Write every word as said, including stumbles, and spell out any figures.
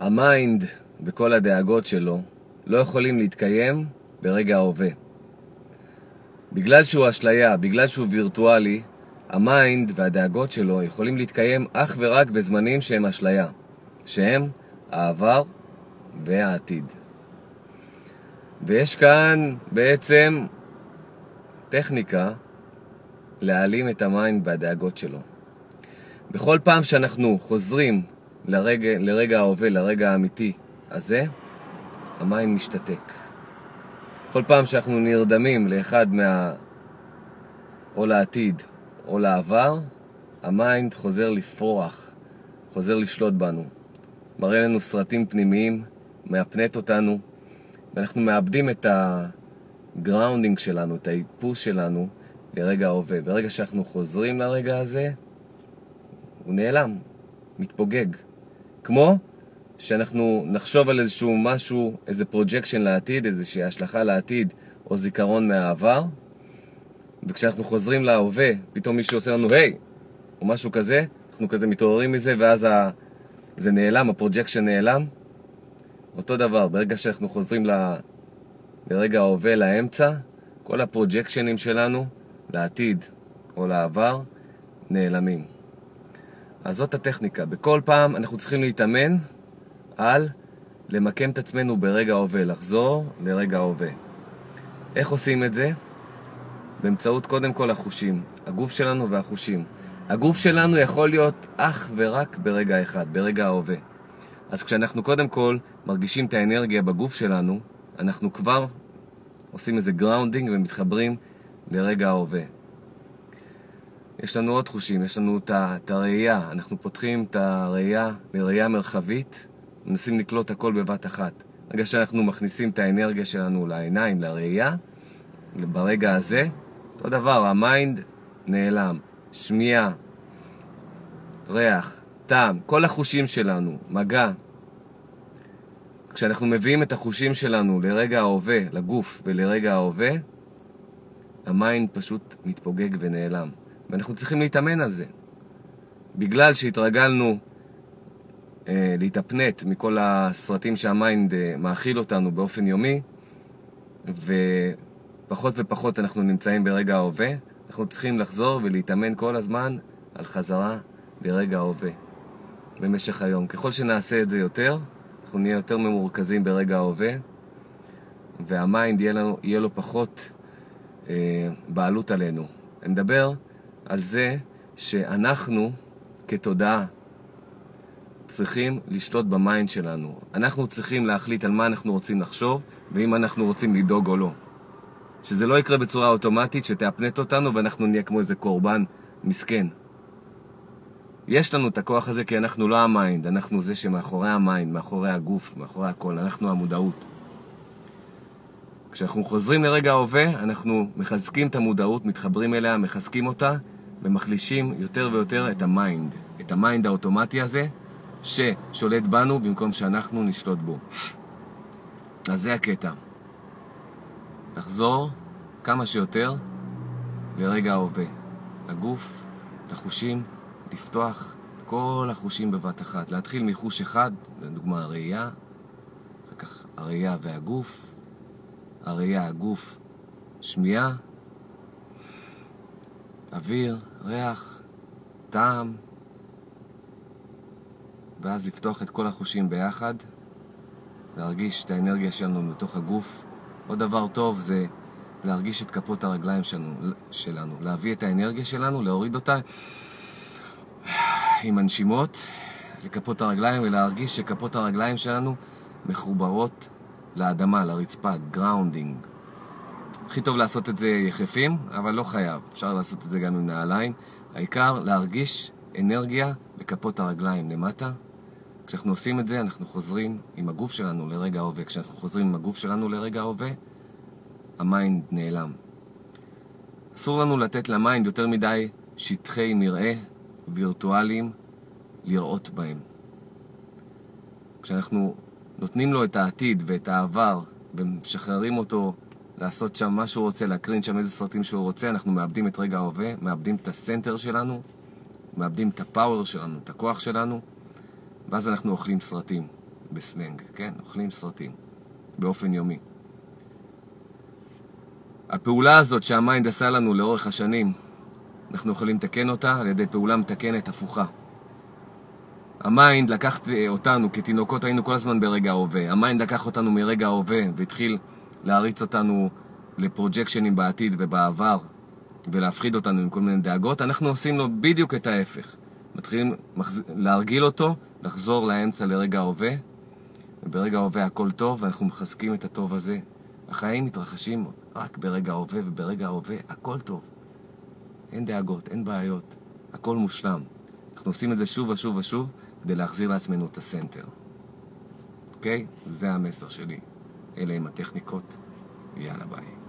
המיינד וכל הדאגות שלו לא יכולים להתקיים ברגע ההווה. בגלל שהוא אשליה, בגלל שהוא וירטואלי, המיינד והדאגות שלו יכולים להתקיים אך ורק בזמנים שהם אשליה, שהם העבר והעתיד. ויש כאן בעצם טכניקה להעלים את המיינד והדאגות שלו. בכל פעם שאנחנו חוזרים לרגע, לרגע ההווה, לרגע האמיתי הזה, המיינד משתתק. כל פעם שאנחנו נרדמים לאחד מה... או לעתיד או לעבר, המיינד חוזר לפרוח, חוזר לשלוט בנו. מראה לנו סרטים פנימיים, מאפנט אותנו, ואנחנו מאבדים את הגראונדינג שלנו, את האיפוס שלנו לרגע ההווה. ברגע שאנחנו חוזרים לרגע הזה, הוא נעלם, מתפוגג. כמו שאנחנו נחשוב על איזשהו משהו, איזה פרוג'קשן לעתיד, איזושהי השלכה לעתיד או זיכרון מהעבר, וכשאנחנו חוזרים להווה, פתאום מישהו עושה לנו היי, או משהו כזה, אנחנו כזה מתעוררים מזה, ואז ה... זה נעלם, הפרוג'קשן נעלם. אותו דבר, ברגע שאנחנו חוזרים ל... לרגע ההווה, לאמצע, כל הפרוג'קשנים שלנו לעתיד או לעבר נעלמים. אז זאת הטכניקה. בכל פעם אנחנו צריכים להתאמן על למקם את עצמנו ברגע ההווה, לחזור לרגע ההווה. איך עושים את זה? באמצעות קודם כל החושים, הגוף שלנו והחושים. הגוף שלנו יכול להיות אך ורק ברגע אחד, ברגע ההווה. אז כשאנחנו קודם כל מרגישים את האנרגיה בגוף שלנו, אנחנו כבר עושים איזה גראונדינג ומתחברים לרגע ההווה. יש לנו עוד חושים, יש לנו את הראייה, אנחנו פותחים את הראייה לראייה מרחבית, מנסים לקלוט הכל בבת אחת. רגע שאנחנו מכניסים את האנרגיה שלנו לעיניים, לראייה, ברגע הזה, אותו דבר, המיינד נעלם, שמיעה, ריח, טעם, כל החושים שלנו, מגע. כשאנחנו מביאים את החושים שלנו לרגע ההווה, לגוף ולרגע ההווה, המיינד פשוט מתפוגג ונעלם. ואנחנו צריכים להתאמן על זה. בגלל שהתרגלנו אה, להתאפנט מכל הסרטים שהמיינד אה, מאכיל אותנו באופן יומי, ופחות ופחות אנחנו נמצאים ברגע ההווה, אנחנו צריכים לחזור ולהתאמן כל הזמן על חזרה לרגע ההווה במשך היום. ככל שנעשה את זה יותר, אנחנו נהיה יותר ממורכזים ברגע ההווה, והמיינד יהיה, לנו, יהיה לו פחות אה, בעלות עלינו. אני מדבר על זה שאנחנו כתודעה צריכים לשלוט במיינד שלנו. אנחנו צריכים להחליט על מה אנחנו רוצים לחשוב, ואם אנחנו רוצים לדאוג או לא. שזה לא יקרה בצורה אוטומטית שתאפנט אותנו ואנחנו נהיה כמו איזה קורבן מסכן. יש לנו את הכוח הזה כי אנחנו לא המיינד, אנחנו זה שמאחורי המיינד, מאחורי הגוף, מאחורי הכל, אנחנו המודעות. כשאנחנו חוזרים לרגע ההווה, אנחנו מחזקים את המודעות, מתחברים אליה, מחזקים אותה, ומחלישים יותר ויותר את המיינד, את המיינד האוטומטי הזה, ששולט בנו במקום שאנחנו נשלוט בו. אז זה הקטע. לחזור כמה שיותר לרגע ההווה. הגוף, לחושים, לפתוח את כל החושים בבת אחת. להתחיל מחוש אחד, לדוגמה הראייה, אחר כך הראייה והגוף, הראייה, הגוף, שמיעה, אוויר, ריח, טעם, ואז לפתוח את כל החושים ביחד, להרגיש את האנרגיה שלנו בתוך הגוף. עוד דבר טוב זה להרגיש את כפות הרגליים שלנו, שלנו, להביא את האנרגיה שלנו, להוריד אותה עם הנשימות לכפות הרגליים, ולהרגיש שכפות הרגליים שלנו מחוברות לאדמה, לרצפה, גראונדינג. הכי טוב לעשות את זה יחפים, אבל לא חייב. אפשר לעשות את זה גם עם נעליים. העיקר להרגיש אנרגיה בכפות הרגליים למטה. כשאנחנו עושים את זה, אנחנו חוזרים עם הגוף שלנו לרגע ההווה. כשאנחנו חוזרים עם הגוף שלנו לרגע ההווה, המיינד נעלם. אסור לנו לתת למיינד יותר מדי שטחי מראה וירטואליים לראות בהם. כשאנחנו נותנים לו את העתיד ואת העבר ומשחררים אותו לעשות שם מה שהוא רוצה, להקרין שם איזה סרטים שהוא רוצה, אנחנו מאבדים את רגע ההווה, מאבדים את הסנטר שלנו, מאבדים את הפאוור שלנו, את הכוח שלנו, ואז אנחנו אוכלים סרטים. בסלנג, כן? אוכלים סרטים באופן יומי. הפעולה הזאת שהמיינד עשה לנו לאורך השנים, אנחנו יכולים לתקן אותה על ידי פעולה מתקנת הפוכה. המיינד לקח אותנו, כתינוקות היינו כל הזמן ברגע ההווה. המיינד לקח אותנו מרגע ההווה והתחיל להריץ אותנו לפרוג'קשנים בעתיד ובעבר ולהפחיד אותנו עם כל מיני דאגות. אנחנו עושים לו בדיוק את ההפך. מתחילים להרגיל אותו, לחזור לאמצע לרגע ההווה, וברגע ההווה הכל טוב ואנחנו מחזקים את הטוב הזה. החיים מתרחשים רק ברגע ההווה, וברגע ההווה הכל טוב. אין דאגות, אין בעיות, הכל מושלם. אנחנו עושים את זה שוב ושוב ושוב כדי להחזיר לעצמנו את הסנטר. אוקיי? זה המסר שלי. אלה עם הטכניקות. יאללה ביי.